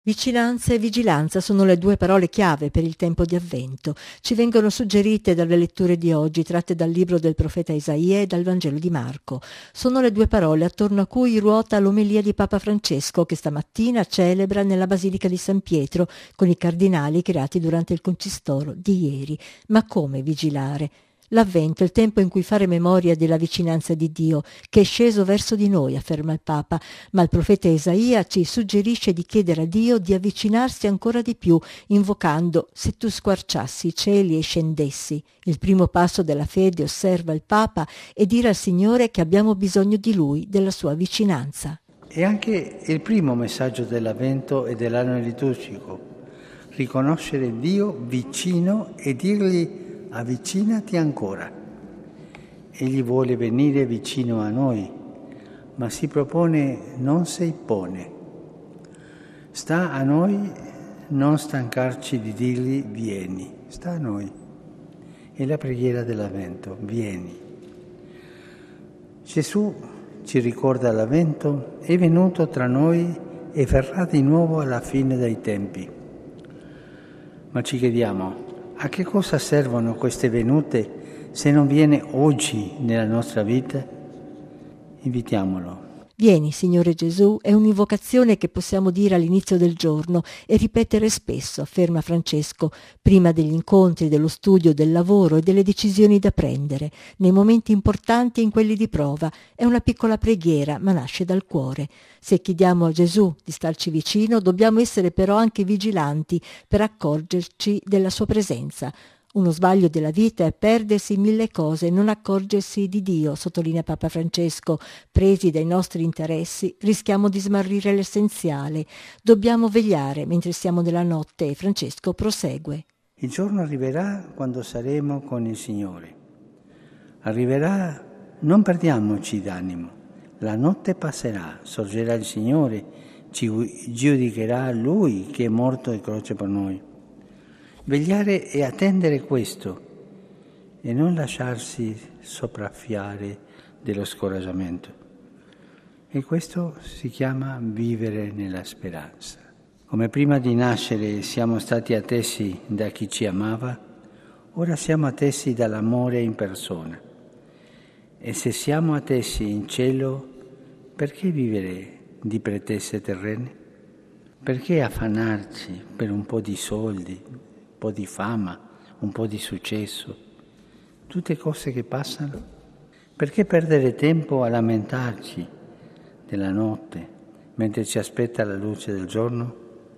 Vicinanza e vigilanza sono le due parole chiave per il tempo di Avvento. Ci vengono suggerite dalle letture di oggi, tratte dal libro del profeta Isaia e dal Vangelo di Marco. Sono le due parole attorno a cui ruota l'omelia di Papa Francesco, che stamattina celebra nella Basilica di San Pietro con i cardinali creati durante il concistoro di ieri. Ma come vigilare? L'Avvento è il tempo in cui fare memoria della vicinanza di Dio, che è sceso verso di noi, afferma il Papa, ma il profeta Isaia ci suggerisce di chiedere a Dio di avvicinarsi ancora di più, invocando «Se tu squarciassi i cieli e scendessi». Il primo passo della fede, osserva il Papa, è dire al Signore che abbiamo bisogno di Lui, della sua vicinanza. È anche il primo messaggio dell'Avvento e dell'anno liturgico, riconoscere Dio vicino e dirgli avvicinati ancora. Egli vuole venire vicino a noi, ma si propone, non si impone. Sta a noi non stancarci di dirgli vieni, sta a noi. È la preghiera dell'Avvento, vieni. Gesù ci ricorda all'Avvento, è venuto tra noi e verrà di nuovo alla fine dei tempi. Ma ci chiediamo, a che cosa servono queste venute se non viene oggi nella nostra vita? Invitiamolo. Vieni, Signore Gesù, è un'invocazione che possiamo dire all'inizio del giorno e ripetere spesso, afferma Francesco, prima degli incontri, dello studio, del lavoro e delle decisioni da prendere, nei momenti importanti e in quelli di prova. È una piccola preghiera, ma nasce dal cuore. Se chiediamo a Gesù di starci vicino, dobbiamo essere però anche vigilanti per accorgerci della sua presenza. Uno sbaglio della vita è perdersi in mille cose e non accorgersi di Dio, sottolinea Papa Francesco. Presi dai nostri interessi rischiamo di smarrire l'essenziale. Dobbiamo vegliare mentre siamo nella notte e Francesco prosegue. Il giorno arriverà quando saremo con il Signore. Arriverà, non perdiamoci d'animo. La notte passerà, sorgerà il Signore, ci giudicherà Lui che è morto in croce per noi. Vegliare e attendere questo e non lasciarsi sopraffiare dello scoraggiamento. E questo si chiama vivere nella speranza. Come prima di nascere siamo stati attesi da chi ci amava, ora siamo attesi dall'amore in persona. E se siamo attesi in cielo, perché vivere di pretese terrene? Perché affannarci per un po' di soldi, un po' di fama, un po' di successo, tutte cose che passano? Perché perdere tempo a lamentarci della notte mentre ci aspetta la luce del giorno?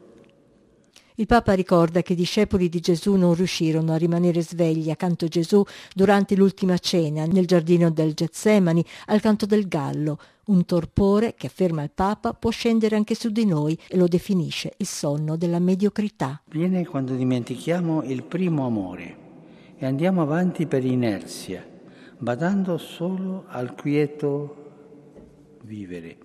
Il Papa ricorda che i discepoli di Gesù non riuscirono a rimanere svegli accanto a Gesù durante l'ultima cena nel giardino del Getsemani al canto del gallo, un torpore che, afferma il Papa, può scendere anche su di noi e lo definisce il sonno della mediocrità. Viene quando dimentichiamo il primo amore e andiamo avanti per inerzia, badando solo al quieto vivere.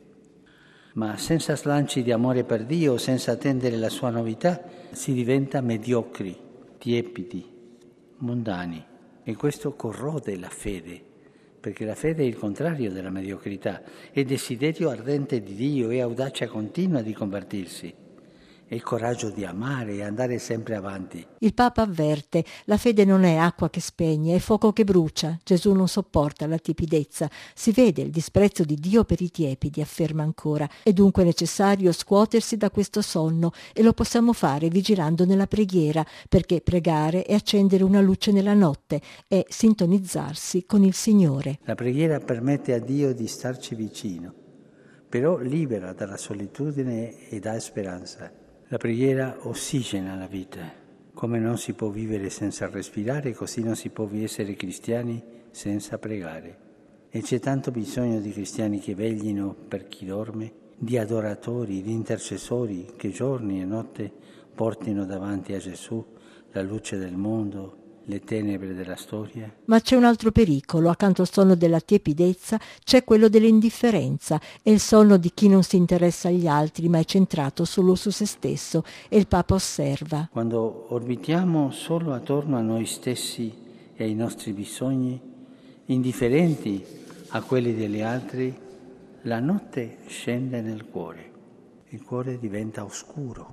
Ma senza slanci di amore per Dio, senza attendere la sua novità, si diventa mediocri, tiepidi, mondani. E questo corrode la fede, perché la fede è il contrario della mediocrità, è desiderio ardente di Dio, è audacia continua di convertirsi. È il coraggio di amare e andare sempre avanti. Il Papa avverte, la fede non è acqua che spegne, è fuoco che brucia. Gesù non sopporta la tiepidezza. Si vede il disprezzo di Dio per i tiepidi, afferma ancora. È dunque necessario scuotersi da questo sonno e lo possiamo fare vigilando nella preghiera, perché pregare è accendere una luce nella notte, è sintonizzarsi con il Signore. La preghiera permette a Dio di starci vicino, però libera dalla solitudine e dà speranza. La preghiera ossigena la vita. Come non si può vivere senza respirare, così non si può essere cristiani senza pregare. E c'è tanto bisogno di cristiani che veglino per chi dorme, di adoratori, di intercessori che giorni e notte portino davanti a Gesù la luce del mondo, le tenebre della storia. Ma c'è un altro pericolo, accanto al sonno della tiepidezza c'è quello dell'indifferenza, è il sonno di chi non si interessa agli altri ma è centrato solo su se stesso, e il Papa osserva. Quando orbitiamo solo attorno a noi stessi e ai nostri bisogni, indifferenti a quelli degli altri, la notte scende nel cuore, il cuore diventa oscuro.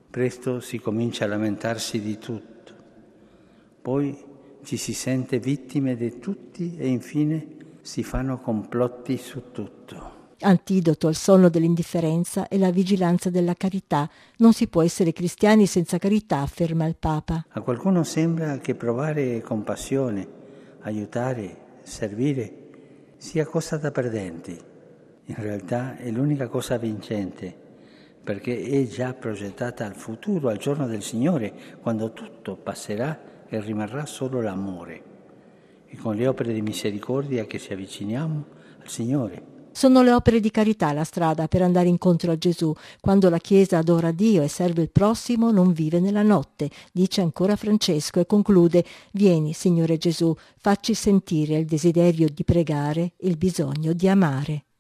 Presto si comincia a lamentarsi di tutto, poi ci si sente vittime di tutti e infine si fanno complotti su tutto. Antidoto al sonno dell'indifferenza è la vigilanza della carità. Non si può essere cristiani senza carità, afferma il Papa. A qualcuno sembra che provare compassione, aiutare, servire sia cosa da perdenti. In realtà è l'unica cosa vincente, perché è già progettata al futuro, al giorno del Signore, quando tutto passerà e rimarrà solo l'amore. E con le opere di misericordia che ci avviciniamo al Signore. Sono le opere di carità la strada per andare incontro a Gesù. Quando la Chiesa adora Dio e serve il prossimo, non vive nella notte, dice ancora Francesco e conclude: vieni, Signore Gesù, facci sentire il desiderio di pregare, il bisogno di amare.